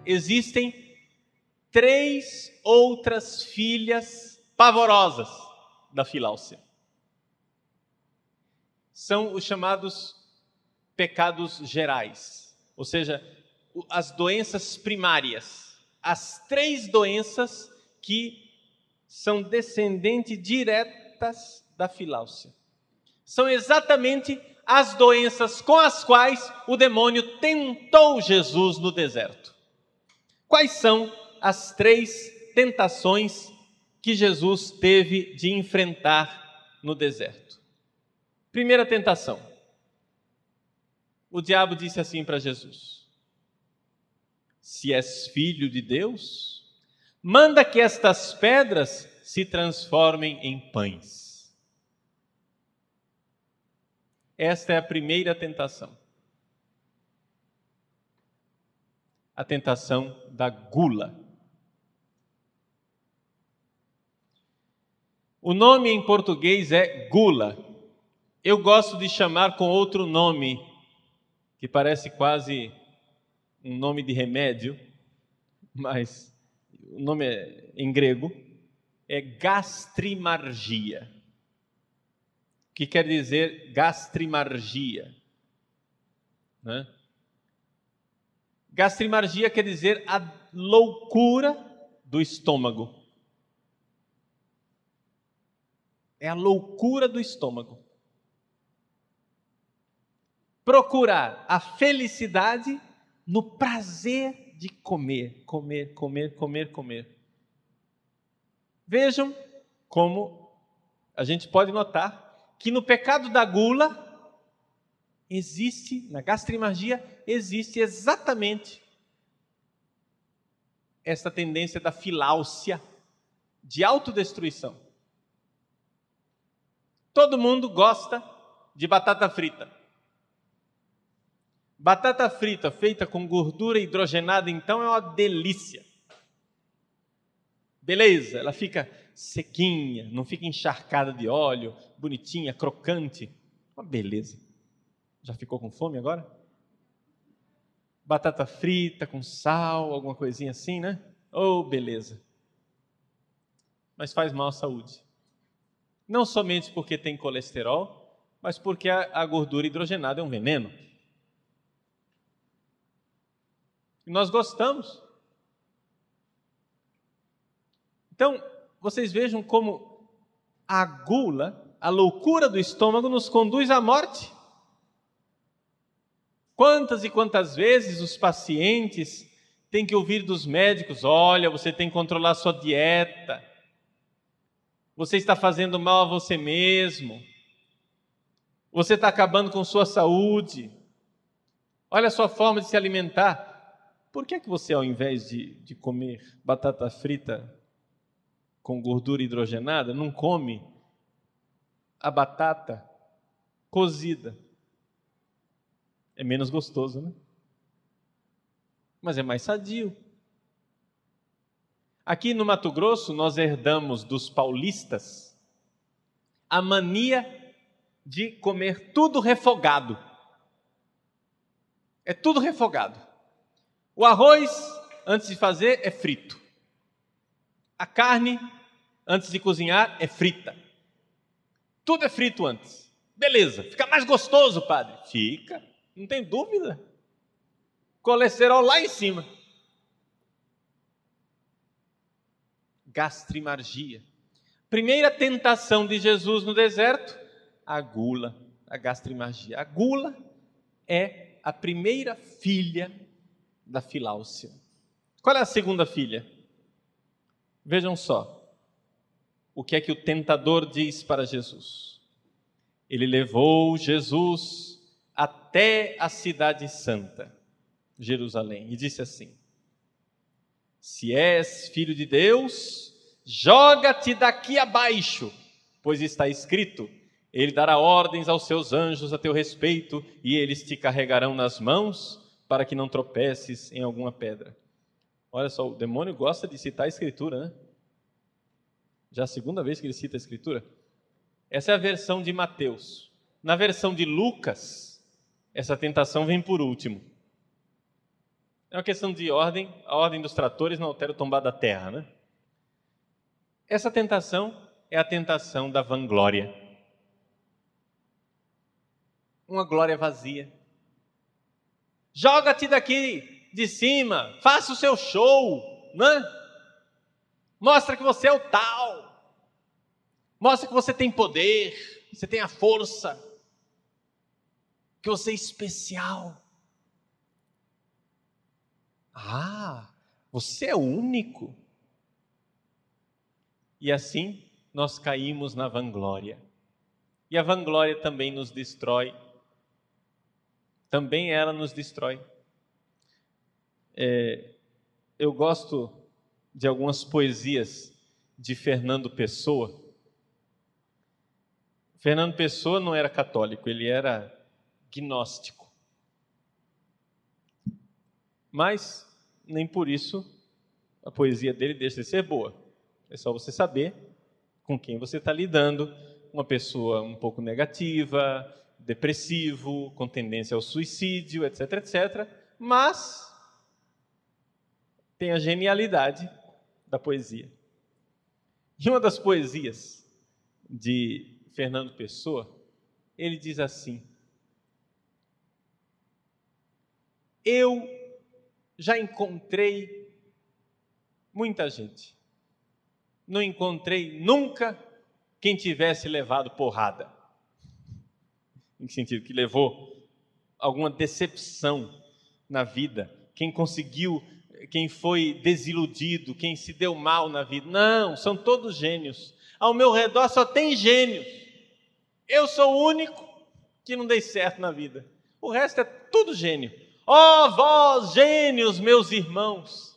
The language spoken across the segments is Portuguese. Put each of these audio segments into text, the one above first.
existem 3 outras filhas pavorosas da Filáusia. São os chamados pecados gerais, ou seja, as doenças primárias, as 3 doenças que são descendentes diretas da Filáusia. São exatamente as doenças com as quais o demônio tentou Jesus no deserto. Quais são as 3 tentações que Jesus teve de enfrentar no deserto? Primeira tentação. O diabo disse assim para Jesus: se és filho de Deus, manda que estas pedras se transformem em pães. Esta é a primeira tentação. A tentação da gula. O nome em português é gula. Eu gosto de chamar com outro nome, que parece quase um nome de remédio, mas o nome em grego é gastrimargia. O que quer dizer gastrimargia? Né? Gastrimargia quer dizer a loucura do estômago. É a loucura do estômago. Procurar a felicidade no prazer de comer, comer, comer, comer, comer. Vejam como a gente pode notar que no pecado da gula existe, na gastrimargia, existe exatamente essa tendência da filáusia, de autodestruição. Todo mundo gosta de batata frita. Batata frita feita com gordura hidrogenada, então, é uma delícia. Beleza, ela fica sequinha, não fica encharcada de óleo, bonitinha, crocante. Uma beleza. Já ficou com fome agora? Batata frita com sal, alguma coisinha assim, né? Oh, beleza. Mas faz mal à saúde. Não somente porque tem colesterol, mas porque a gordura hidrogenada é um veneno. E nós gostamos. Então, vocês vejam como a gula, a loucura do estômago, nos conduz à morte. Quantas e quantas vezes os pacientes têm que ouvir dos médicos: olha, você tem que controlar a sua dieta, você está fazendo mal a você mesmo, você está acabando com sua saúde, olha a sua forma de se alimentar. Por que você, ao invés de comer batata frita com gordura hidrogenada, não come a batata cozida? É menos gostoso, né? Mas é mais sadio. Aqui no Mato Grosso, nós herdamos dos paulistas a mania de comer tudo refogado. É tudo refogado. O arroz, antes de fazer, é frito. A carne, antes de cozinhar, é frita. Tudo é frito antes. Beleza, fica mais gostoso, padre? Fica, não tem dúvida. Colesterol lá em cima. Gastrimargia. Primeira tentação de Jesus no deserto, a gula, a gastrimargia. A gula é a primeira filha da filáusia. Qual é a segunda filha? Vejam só o que é que o tentador diz para Jesus. Ele levou Jesus até a cidade santa, Jerusalém, e disse assim: se és filho de Deus, joga-te daqui abaixo, pois está escrito: ele dará ordens aos seus anjos a teu respeito, e eles te carregarão nas mãos, para que não tropeces em alguma pedra. Olha só, o demônio gosta de citar a Escritura, né? Já a segunda vez que ele cita a Escritura. Essa é a versão de Mateus. Na versão de Lucas, essa tentação vem por último. É uma questão de ordem, a ordem dos tratores não altera o tombar da terra, né? Essa tentação é a tentação da vanglória. Uma glória vazia. Joga-te daqui de cima, faça o seu show, né? Mostra que você é o tal. Mostra que você tem poder, você tem a força, que você é especial. Ah, você é o único. E assim nós caímos na vanglória. E a vanglória também nos destrói. Também ela nos destrói. Eu gosto de algumas poesias de Fernando Pessoa. Fernando Pessoa não era católico, ele era gnóstico. Mas nem por isso a poesia dele deixa de ser boa. É só você saber com quem você está lidando. Uma pessoa um pouco negativa, depressivo, com tendência ao suicídio, etc, etc. Mas tem a genialidade da poesia. E uma das poesias de Fernando Pessoa, ele diz assim: eu já encontrei muita gente. Não encontrei nunca quem tivesse levado porrada. Em que sentido? Que levou alguma decepção na vida. Quem conseguiu, quem foi desiludido, quem se deu mal na vida. Não, são todos gênios. Ao meu redor só tem gênios. Eu sou o único que não dei certo na vida. O resto é tudo gênio. Ó vós, gênios, meus irmãos.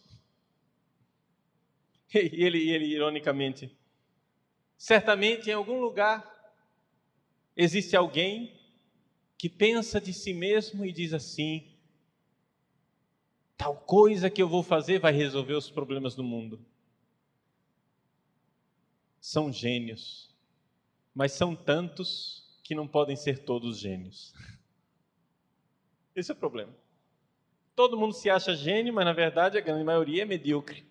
E ele ironicamente, certamente em algum lugar existe alguém que pensa de si mesmo e diz assim: tal coisa que eu vou fazer vai resolver os problemas do mundo. São gênios, mas são tantos que não podem ser todos gênios. Esse é o problema. Todo mundo se acha gênio, mas na verdade a grande maioria é medíocre.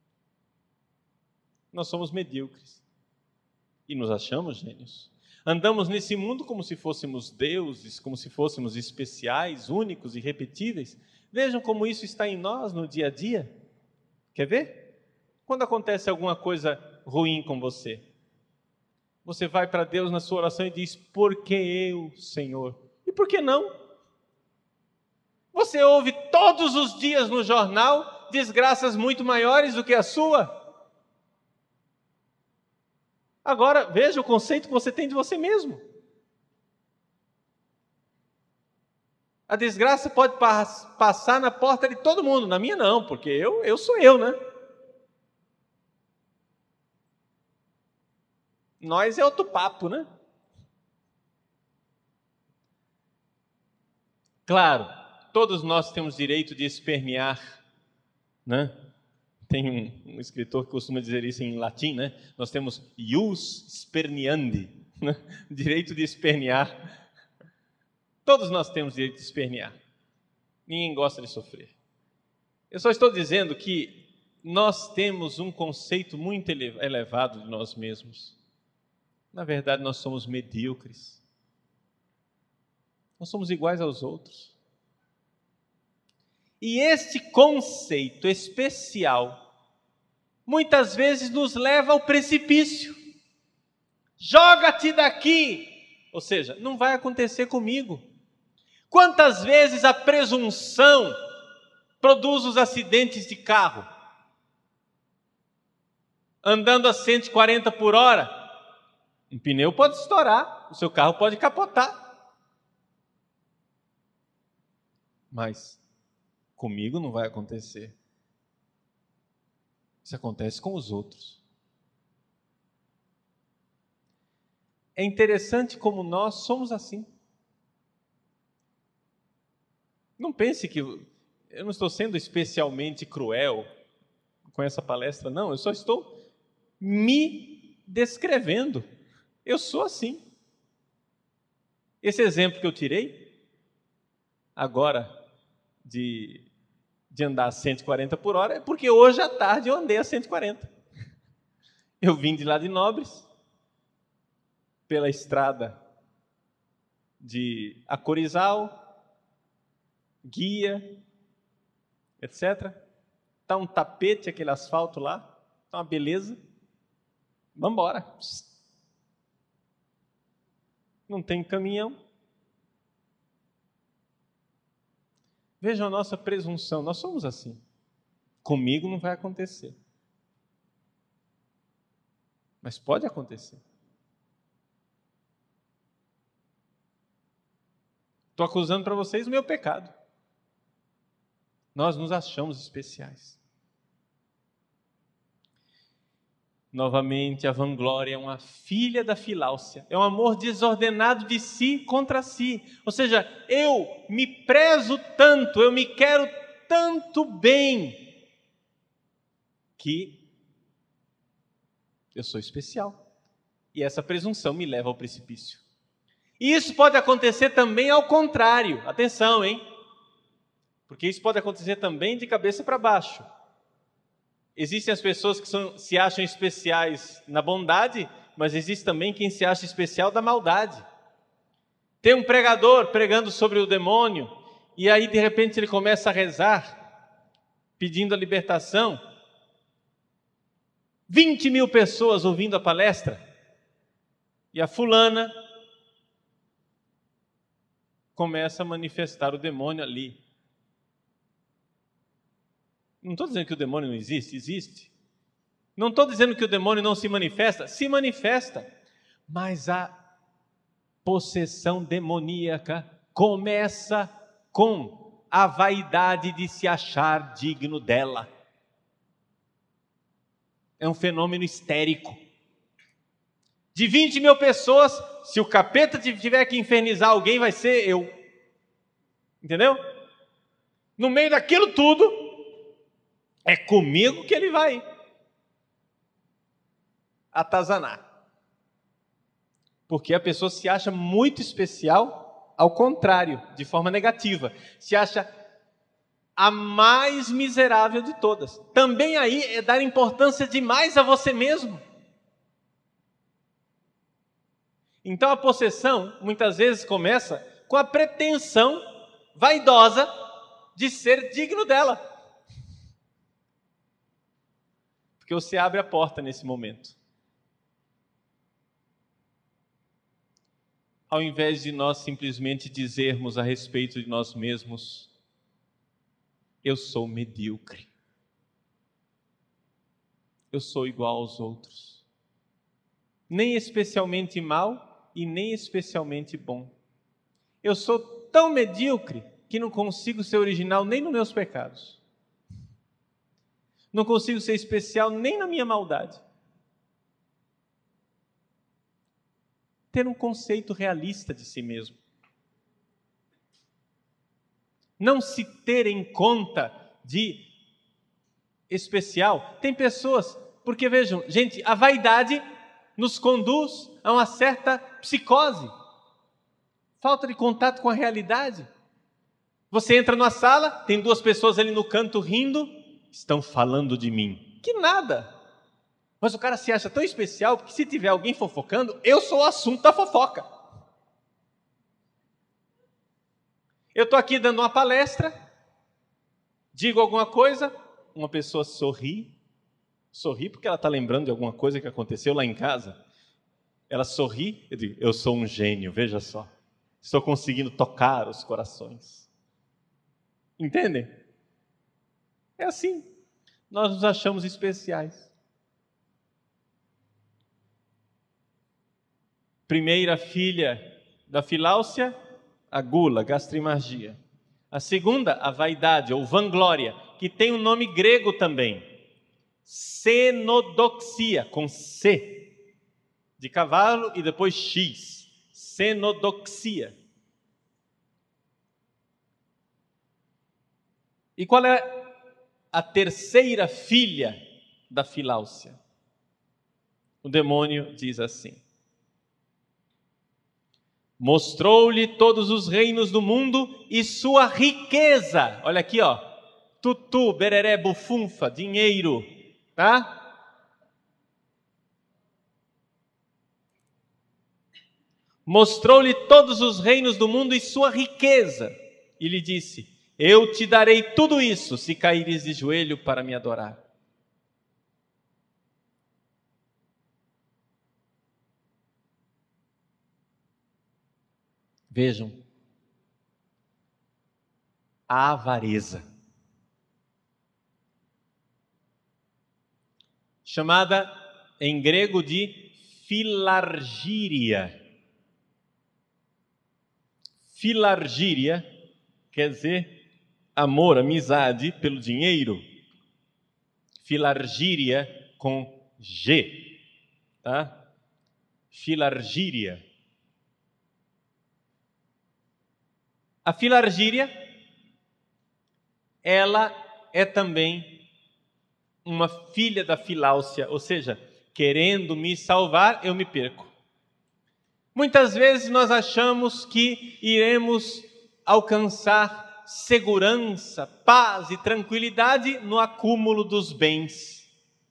Nós somos medíocres e nos achamos gênios. Andamos nesse mundo como se fôssemos deuses, como se fôssemos especiais, únicos, irrepetíveis. Vejam como isso está em nós no dia a dia. Quer ver? Quando acontece alguma coisa ruim com você, você vai para Deus na sua oração e diz: por que eu, Senhor? E por que não? Você ouve todos os dias no jornal desgraças muito maiores do que a sua. Agora, veja o conceito que você tem de você mesmo. A desgraça pode passar na porta de todo mundo, na minha não, porque eu sou eu, né? Nós é outro papo, né? Claro, todos nós temos direito de espernear, né? Tem um escritor que costuma dizer isso em latim, né? Nós temos ius sperniandi, né? Direito de espernear. Todos nós temos direito de espernear. Ninguém gosta de sofrer. Eu só estou dizendo que nós temos um conceito muito elevado de nós mesmos. Na verdade, nós somos medíocres. Nós somos iguais aos outros. E este conceito especial muitas vezes nos leva ao precipício. Joga-te daqui! Ou seja, não vai acontecer comigo. Quantas vezes a presunção produz os acidentes de carro? Andando a 140 por hora, um pneu pode estourar, o seu carro pode capotar. Mas comigo não vai acontecer. Isso acontece com os outros. É interessante como nós somos assim. Não pense que eu não estou sendo especialmente cruel com essa palestra, não. Eu só estou me descrevendo. Eu sou assim. Esse exemplo que eu tirei agora de de andar a 140 por hora, é porque hoje à tarde eu andei a 140. Eu vim de lá de Nobres, pela estrada de Acorizal, Guia, etc. Está um tapete, aquele asfalto lá, está uma beleza. Vamos embora. Não tem caminhão. Vejam a nossa presunção, nós somos assim. Comigo não vai acontecer. Mas pode acontecer. Estou acusando para vocês o meu pecado. Nós nos achamos especiais. Novamente, a vanglória é uma filha da filáusia. É um amor desordenado de si contra si. Ou seja, eu me prezo tanto, eu me quero tanto bem, que eu sou especial. E essa presunção me leva ao precipício. E isso pode acontecer também ao contrário. Atenção, hein? Porque isso pode acontecer também de cabeça para baixo. Existem as pessoas que se acham especiais na bondade, mas existe também quem se acha especial da maldade. Tem um pregador pregando sobre o demônio, e aí de repente ele começa a rezar, pedindo a libertação. 20.000 pessoas ouvindo a palestra, e a fulana começa a manifestar o demônio ali. Não estou dizendo que o demônio não existe, existe. Não estou dizendo que o demônio não se manifesta, mas a possessão demoníaca começa com a vaidade de se achar digno dela. É um fenômeno histérico. De 20.000 pessoas, se o capeta tiver que infernizar alguém, vai ser eu. Entendeu? No meio daquilo tudo, é comigo que ele vai atazanar. Porque a pessoa se acha muito especial, ao contrário, de forma negativa. Se acha a mais miserável de todas. Também aí é dar importância demais a você mesmo. Então a possessão, muitas vezes, começa com a pretensão vaidosa de ser digno dela. Porque você abre a porta nesse momento. Ao invés de nós simplesmente dizermos a respeito de nós mesmos, eu sou medíocre. Eu sou igual aos outros. Nem especialmente mal e nem especialmente bom. Eu sou tão medíocre que não consigo ser original nem nos meus pecados. Não consigo ser especial nem na minha maldade. Ter um conceito realista de si mesmo. Não se ter em conta de especial. Tem pessoas, porque vejam, gente, a vaidade nos conduz a uma certa psicose. Falta de contato com a realidade. Você entra numa sala, tem 2 pessoas ali no canto rindo, estão falando de mim. Que nada. Mas o cara se acha tão especial, porque se tiver alguém fofocando, eu sou o assunto da fofoca. Eu estou aqui dando uma palestra, digo alguma coisa, uma pessoa sorri porque ela está lembrando de alguma coisa que aconteceu lá em casa. Ela sorri, eu digo, eu sou um gênio, veja só. Estou conseguindo tocar os corações. Entendem? É assim. Nós nos achamos especiais. Primeira filha da filáusia, a gula, gastrimargia. A segunda, a vaidade ou vanglória, que tem um nome grego também. Cenodoxia, com C de cavalo e depois X. Cenodoxia. E qual é a terceira filha da filáusia? O demônio diz assim: mostrou-lhe todos os reinos do mundo e sua riqueza. Olha aqui, ó. tutu, bereré, bufunfa, dinheiro, tá? Mostrou-lhe todos os reinos do mundo e sua riqueza, e lhe disse: eu te darei tudo isso, se caíres de joelho para me adorar. Vejam, a avareza, chamada em grego de filargíria. Filargíria quer dizer amor, amizade pelo dinheiro. Filargíria com G, tá? Filargíria. A filargíria, ela é também uma filha da filáusia, ou seja, querendo me salvar, eu me perco. Muitas vezes nós achamos que iremos alcançar segurança, paz e tranquilidade no acúmulo dos bens.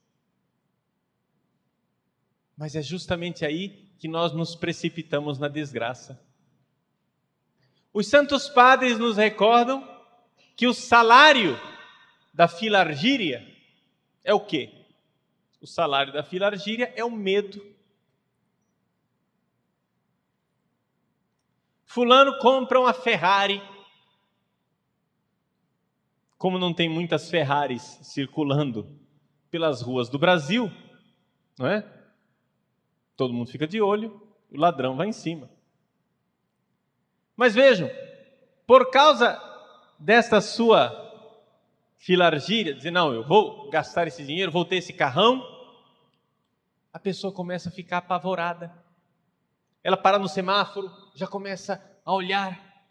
Mas é justamente aí que nós nos precipitamos na desgraça. Os santos padres nos recordam que o salário da filargíria é o quê? O salário da filargíria é o medo. Fulano compra uma Ferrari. Como não tem muitas Ferraris circulando pelas ruas do Brasil, não é? Todo mundo fica de olho, o ladrão vai em cima. Mas vejam, por causa desta sua filargíria, dizer, não, eu vou gastar esse dinheiro, vou ter esse carrão, a pessoa começa a ficar apavorada. Ela para no semáforo, já começa a olhar.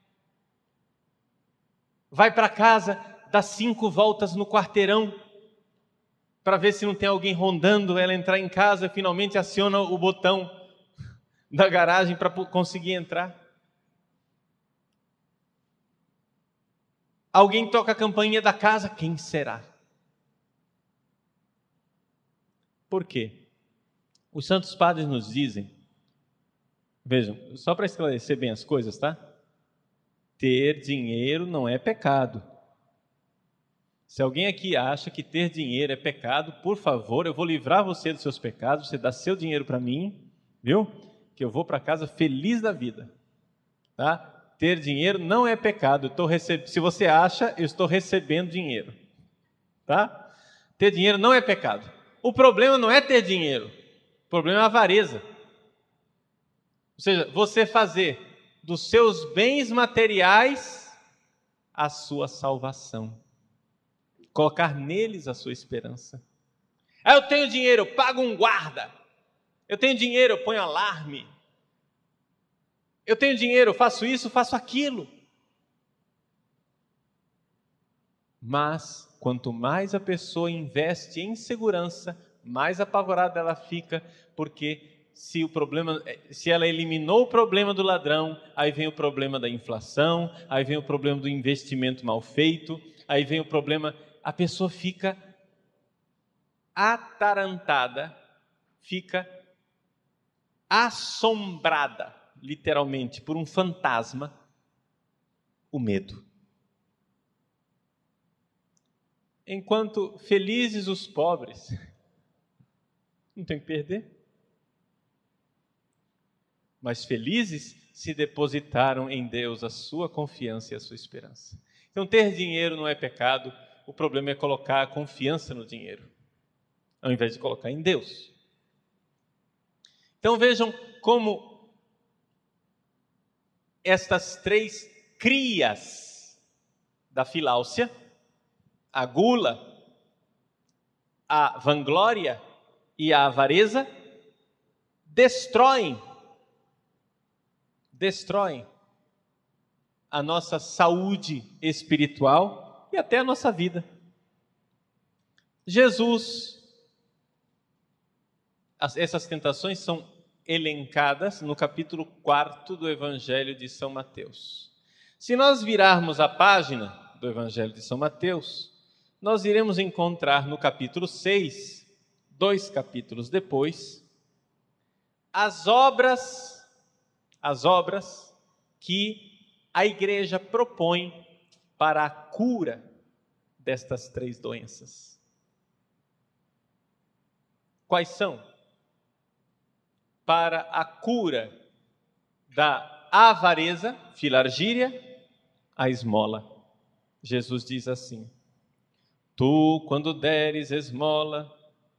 Vai para casa, dá 5 voltas no quarteirão, para ver se não tem alguém rondando, ela entrar em casa, finalmente aciona o botão da garagem para conseguir entrar. Alguém toca a campainha da casa, quem será? Por quê? Os santos padres nos dizem, vejam, só para esclarecer bem as coisas, tá? Ter dinheiro não é pecado. Se alguém aqui acha que ter dinheiro é pecado, por favor, eu vou livrar você dos seus pecados, você dá seu dinheiro para mim, viu? Que eu vou para casa feliz da vida, tá? Ter dinheiro não é pecado. Se você acha, eu estou recebendo dinheiro, tá? Ter dinheiro não é pecado. O problema não é ter dinheiro, o problema é a avareza. Ou seja, você fazer dos seus bens materiais a sua salvação. Colocar neles a sua esperança. Eu tenho dinheiro, eu pago um guarda. Eu tenho dinheiro, eu ponho alarme. Eu tenho dinheiro, eu faço isso, faço aquilo. Mas, quanto mais a pessoa investe em segurança, mais apavorada ela fica, porque se ela eliminou o problema do ladrão, aí vem o problema da inflação, aí vem o problema do investimento mal feito, aí vem o problema, a pessoa fica atarantada, fica assombrada, literalmente, por um fantasma, o medo. Enquanto felizes os pobres, não tem o que perder. Mas felizes se depositaram em Deus a sua confiança e a sua esperança. Então ter dinheiro não é pecado, o problema é colocar a confiança no dinheiro, ao invés de colocar em Deus. Então vejam como estas 3 crias da filáusia, a gula, a vanglória e a avareza, destroem a nossa saúde espiritual e até a nossa vida. Essas tentações são elencadas no capítulo 4 do Evangelho de São Mateus. Se nós virarmos a página do Evangelho de São Mateus, nós iremos encontrar no capítulo 6, 2 capítulos depois, as obras que a igreja propõe para a cura destas 3 doenças. Quais são? Para a cura da avareza, filargíria, a esmola. Jesus diz assim: tu, quando deres esmola,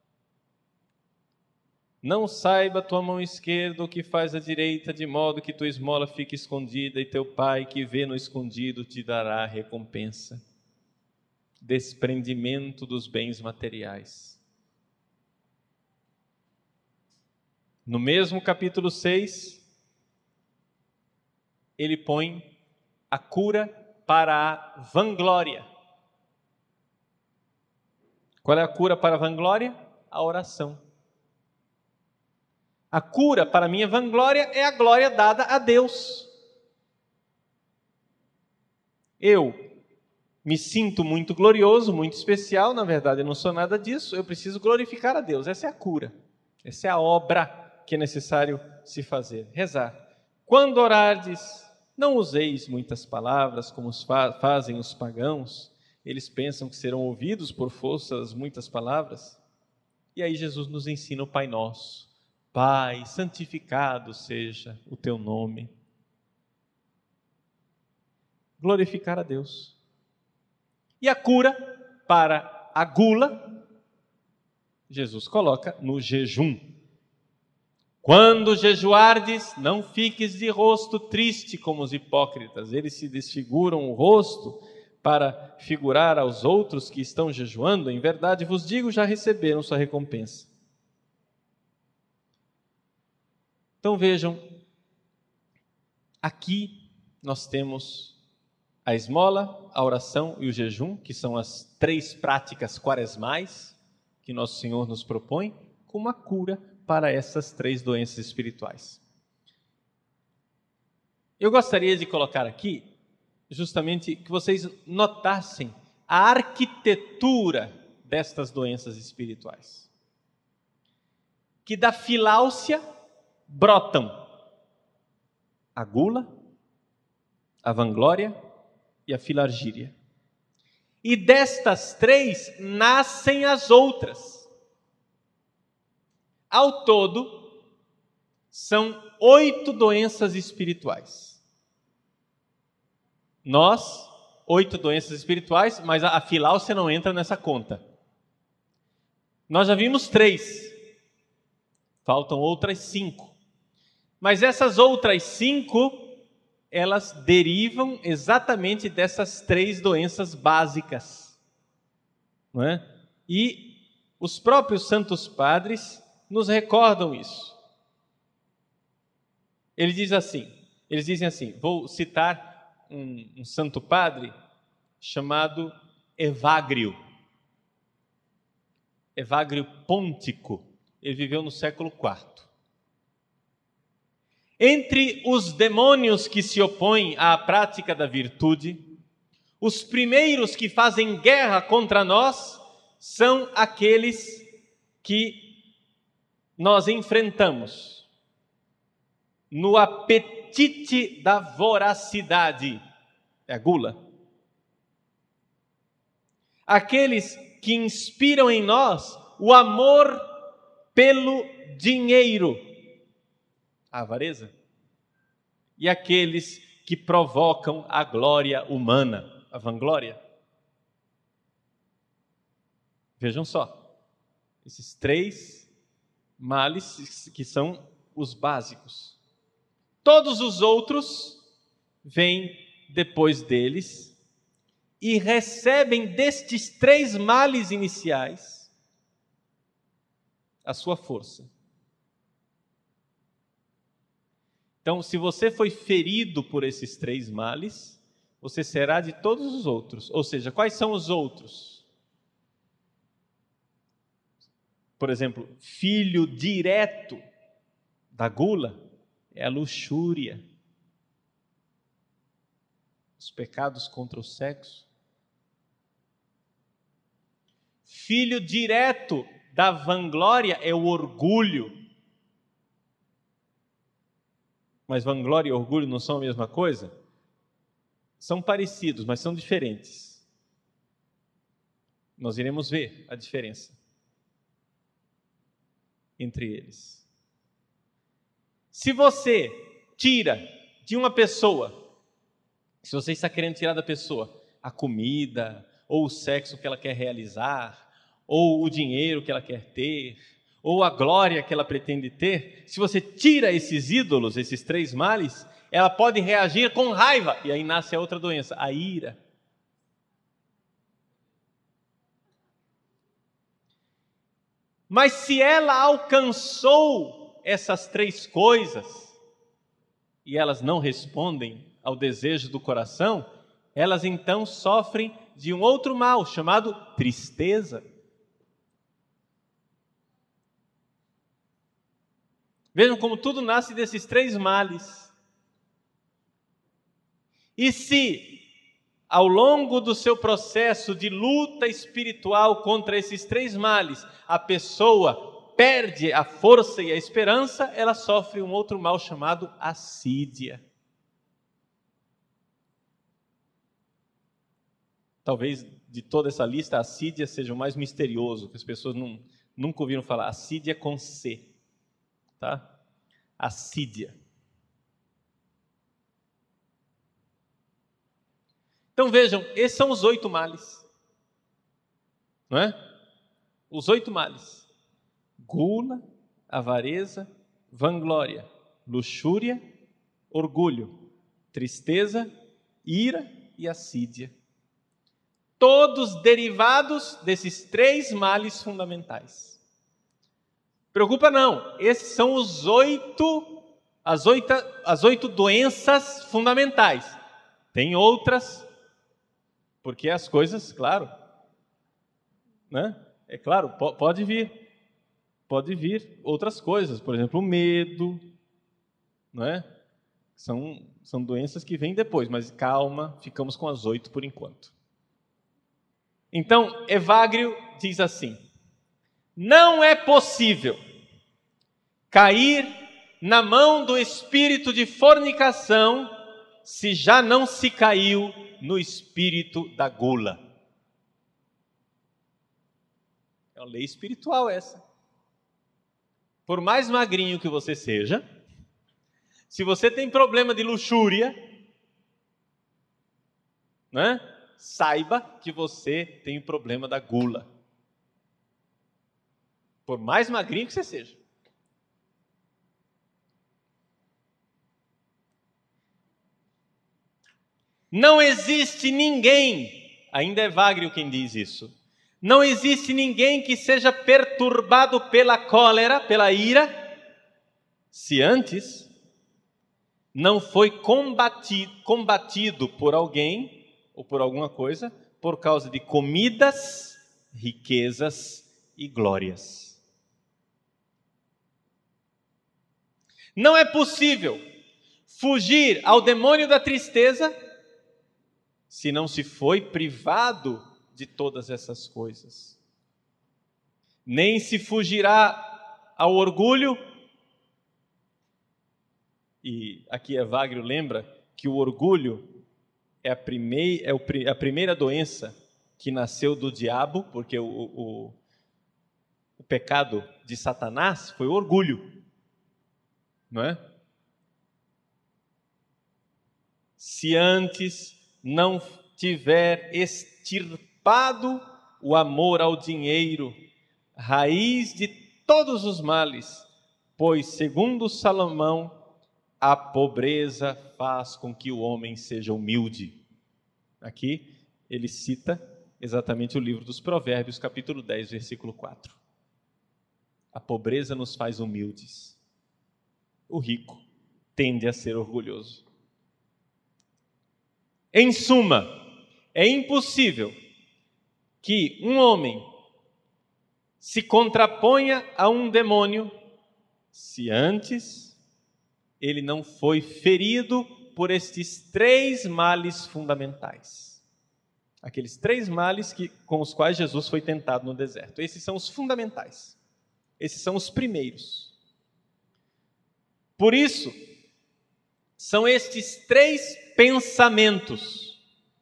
não saiba tua mão esquerda o que faz a direita, de modo que tua esmola fique escondida, e teu Pai, que vê no escondido, te dará recompensa. Desprendimento dos bens materiais. No mesmo capítulo 6, ele põe a cura para a vanglória. Qual é a cura para a vanglória? A oração. A cura para a minha vanglória é a glória dada a Deus. Eu me sinto muito glorioso, muito especial, na verdade eu não sou nada disso, eu preciso glorificar a Deus. Essa é a cura, essa é a obra que é necessário se fazer, rezar. Quando orardes, não useis muitas palavras como fazem os pagãos, eles pensam que serão ouvidos por força das muitas palavras. E aí Jesus nos ensina o Pai Nosso: Pai, santificado seja o teu nome. Glorificar a Deus. E a cura para a gula, Jesus coloca no jejum. Quando jejuardes, não fiques de rosto triste como os hipócritas. Eles se desfiguram o rosto para figurar aos outros que estão jejuando. Em verdade vos digo, já receberam sua recompensa. Então vejam, aqui nós temos a esmola, a oração e o jejum, que são as 3 práticas quaresmais que Nosso Senhor nos propõe, como a cura para essas 3 doenças espirituais. Eu gostaria de colocar aqui, justamente, que vocês notassem a arquitetura destas doenças espirituais. Que da filáusia brotam a gula, a vanglória e a filargíria. E destas 3 nascem as outras. Ao todo, são 8 doenças espirituais. 8 doenças espirituais, mas a filáusia não entra nessa conta. Nós já vimos 3. Faltam outras 5. Mas essas outras 5, elas derivam exatamente dessas 3 doenças básicas. Não é? E os próprios santos padres nos recordam isso. Eles dizem assim, vou citar um santo padre chamado Evagrio. Evagrio Pôntico. Ele viveu no século IV. Entre os demônios que se opõem à prática da virtude, os primeiros que fazem guerra contra nós são aqueles que nós enfrentamos no apetite da voracidade, é a gula. Aqueles que inspiram em nós o amor pelo dinheiro, a avareza. E aqueles que provocam a glória humana, a vanglória. Vejam só, esses 3 males que são os básicos. Todos os outros vêm depois deles e recebem destes 3 males iniciais a sua força. Então, se você foi ferido por esses 3 males, você será de todos os outros. Ou seja, quais são os outros? Por exemplo, filho direto da gula é a luxúria, os pecados contra o sexo, filho direto da vanglória é o orgulho. Mas vanglória e orgulho não são a mesma coisa? São parecidos, mas são diferentes. Nós iremos ver a diferença entre eles. Se você tira de uma pessoa, se você está querendo tirar da pessoa a comida, ou o sexo que ela quer realizar, ou o dinheiro que ela quer ter, ou a glória que ela pretende ter, se você tira esses ídolos, esses 3 males, ela pode reagir com raiva, e aí nasce a outra doença, a ira. Mas se ela alcançou essas 3 coisas, e elas não respondem ao desejo do coração, elas então sofrem de um outro mal, chamado tristeza. Vejam como tudo nasce desses 3 males. E se, ao longo do seu processo de luta espiritual contra esses 3 males, a pessoa perde a força e a esperança, ela sofre um outro mal chamado assídia. Talvez de toda essa lista, a assídia seja o mais misterioso, que as pessoas nunca ouviram falar. Assídia com C. Tá? Assídia. Então vejam, esses são os 8 males. Não é? Os 8 males. Gula, avareza, vanglória, luxúria, orgulho, tristeza, ira e assídia. Todos derivados desses 3 males fundamentais. Preocupa não, esses são as 8 doenças fundamentais. Tem outras, porque as coisas, claro, né? É claro, pode vir outras coisas, por exemplo, o medo, não é? São doenças que vêm depois, mas calma, ficamos com as 8 por enquanto. Então, Evagrio diz assim: não é possível cair na mão do espírito de fornicação se já não se caiu no espírito da gula. É uma lei espiritual essa. Por mais magrinho que você seja, se você tem problema de luxúria, né? Saiba que você tem o problema da gula. Por mais magrinho que você seja. Não existe ninguém, ainda é Evagrio quem diz isso, não existe ninguém que seja perturbado pela cólera, pela ira, se antes não foi combatido por alguém ou por alguma coisa por causa de comidas, riquezas e glórias. Não é possível fugir ao demônio da tristeza se não se foi privado de todas essas coisas. Nem se fugirá ao orgulho. E aqui Evagrio lembra que o orgulho é a primeira doença que nasceu do diabo, porque o pecado de Satanás foi o orgulho, não é? Se antes não tiver extirpado o amor ao dinheiro, raiz de todos os males, pois, segundo Salomão, a pobreza faz com que o homem seja humilde. Aqui ele cita exatamente o livro dos Provérbios, capítulo 10, versículo 4. A pobreza nos faz humildes. O rico tende a ser orgulhoso. Em suma, é impossível que um homem se contraponha a um demônio se antes ele não foi ferido por estes 3 males fundamentais. Aqueles 3 males com os quais Jesus foi tentado no deserto. Esses são os fundamentais. Esses são os primeiros. Por isso, são estes 3 pensamentos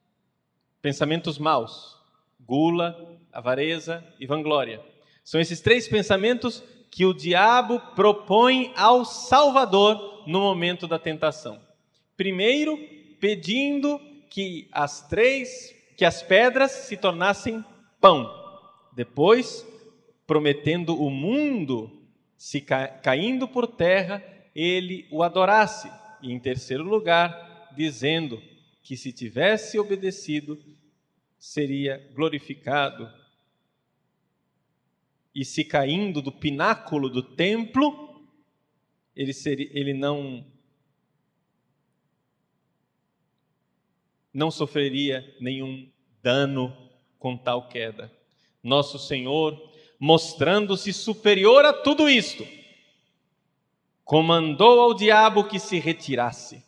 maus: gula, avareza e vanglória. São esses 3 pensamentos que o diabo propõe ao Salvador no momento da tentação. Primeiro, pedindo que as pedras se tornassem pão. Depois, prometendo o mundo, se caindo por terra, ele o adorasse. E em terceiro lugar, dizendo que se tivesse obedecido, seria glorificado. E se caindo do pináculo do templo, ele não sofreria nenhum dano com tal queda. Nosso Senhor, mostrando-se superior a tudo isto, comandou ao diabo que se retirasse.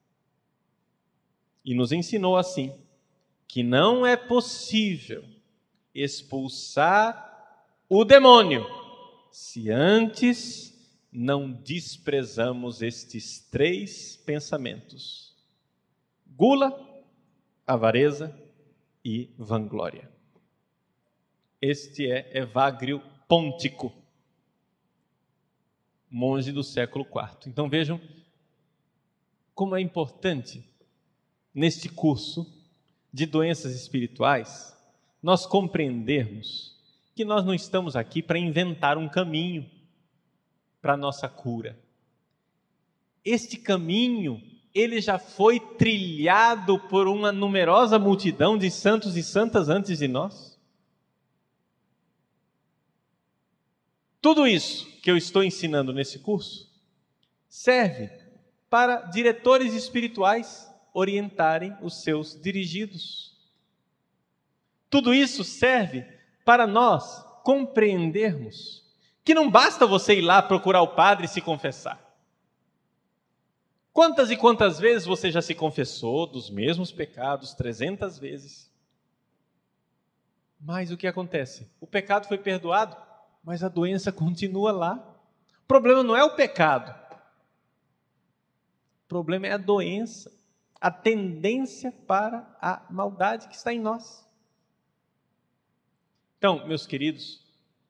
E nos ensinou assim, que não é possível expulsar o demônio se antes não desprezamos estes 3 pensamentos: gula, avareza e vanglória. Este é Evagrio Pontico, monge do século IV. Então vejam como é importante, neste curso de doenças espirituais, nós compreendermos que nós não estamos aqui para inventar um caminho para a nossa cura. Este caminho, ele já foi trilhado por uma numerosa multidão de santos e santas antes de nós. Tudo isso que eu estou ensinando nesse curso serve para diretores espirituais orientarem os seus dirigidos. Tudo isso serve para nós compreendermos que não basta você ir lá procurar o padre e se confessar. Quantas e quantas vezes você já se confessou dos mesmos pecados 300 vezes? Mas o que acontece? O pecado foi perdoado, mas a doença continua lá. O problema não é o pecado. O problema é a doença, a tendência para a maldade que está em nós. Então, meus queridos,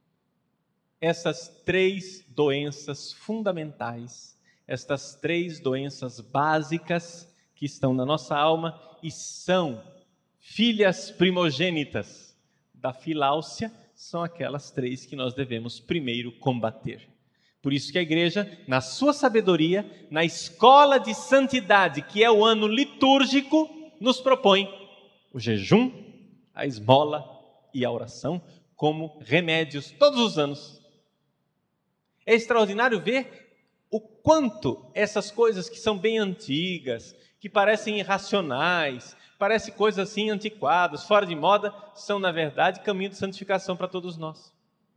essas 3 doenças fundamentais, estas 3 doenças básicas que estão na nossa alma e são filhas primogênitas da filáusia, são aquelas 3 que nós devemos primeiro combater. Por isso que a igreja, na sua sabedoria, na escola de santidade, que é o ano litúrgico, nos propõe o jejum, a esmola e a oração como remédios todos os anos. É extraordinário ver o quanto essas coisas que são bem antigas, que parecem irracionais, parecem coisas assim antiquadas, fora de moda, são na verdade caminho de santificação para todos nós.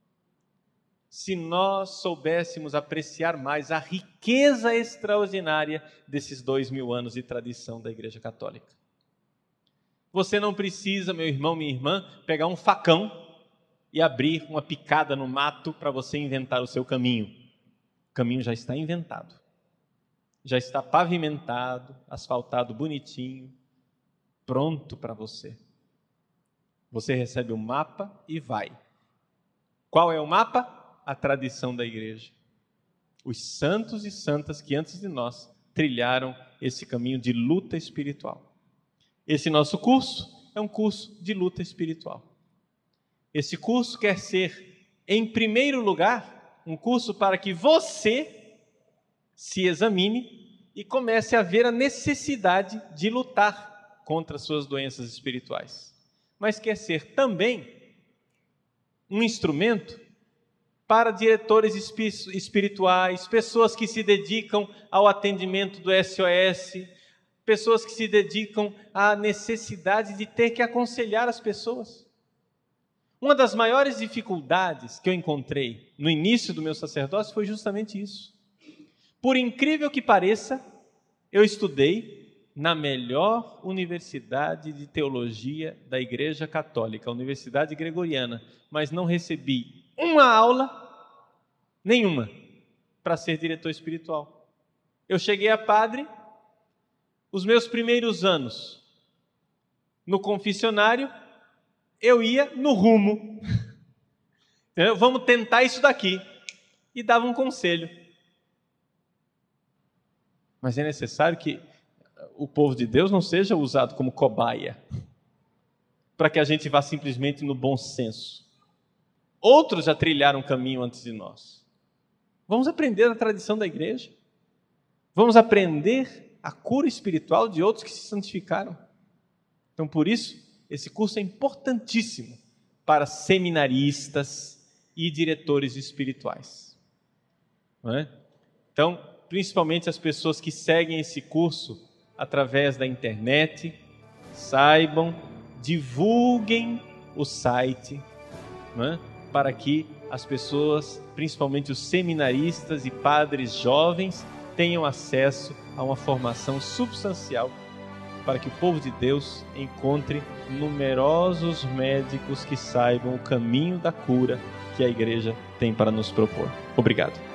Se nós soubéssemos apreciar mais a riqueza extraordinária desses 2000 anos de tradição da Igreja Católica. Você não precisa, meu irmão, minha irmã, pegar um facão e abrir uma picada no mato para você inventar o seu caminho. O caminho já está inventado. Já está pavimentado, asfaltado bonitinho, pronto para você. Você recebe o mapa e vai. Qual é o mapa? A tradição da igreja. Os santos e santas que antes de nós trilharam esse caminho de luta espiritual. Esse nosso curso é um curso de luta espiritual. Esse curso quer ser, em primeiro lugar, um curso para que você se examine e comece a ver a necessidade de lutar contra as suas doenças espirituais. Mas quer ser também um instrumento para diretores espirituais, pessoas que se dedicam ao atendimento do SOS, pessoas que se dedicam à necessidade de ter que aconselhar as pessoas. Uma das maiores dificuldades que eu encontrei no início do meu sacerdócio foi justamente isso. Por incrível que pareça, eu estudei, na melhor universidade de teologia da Igreja Católica, a Universidade Gregoriana, mas não recebi uma aula, nenhuma, para ser diretor espiritual. Eu cheguei a padre, os meus primeiros anos no confessionário, eu ia no rumo. Entendeu? Vamos tentar isso daqui. E dava um conselho. Mas é necessário que o povo de Deus não seja usado como cobaia, para que a gente vá simplesmente no bom senso. Outros já trilharam um caminho antes de nós. Vamos aprender a tradição da igreja. Vamos aprender a cura espiritual de outros que se santificaram. Então, por isso, esse curso é importantíssimo para seminaristas e diretores espirituais. Não é? Então, principalmente as pessoas que seguem esse curso através da internet, saibam, divulguem o site, não é? Para que as pessoas, principalmente os seminaristas e padres jovens, tenham acesso a uma formação substancial para que o povo de Deus encontre numerosos médicos que saibam o caminho da cura que a igreja tem para nos propor. Obrigado.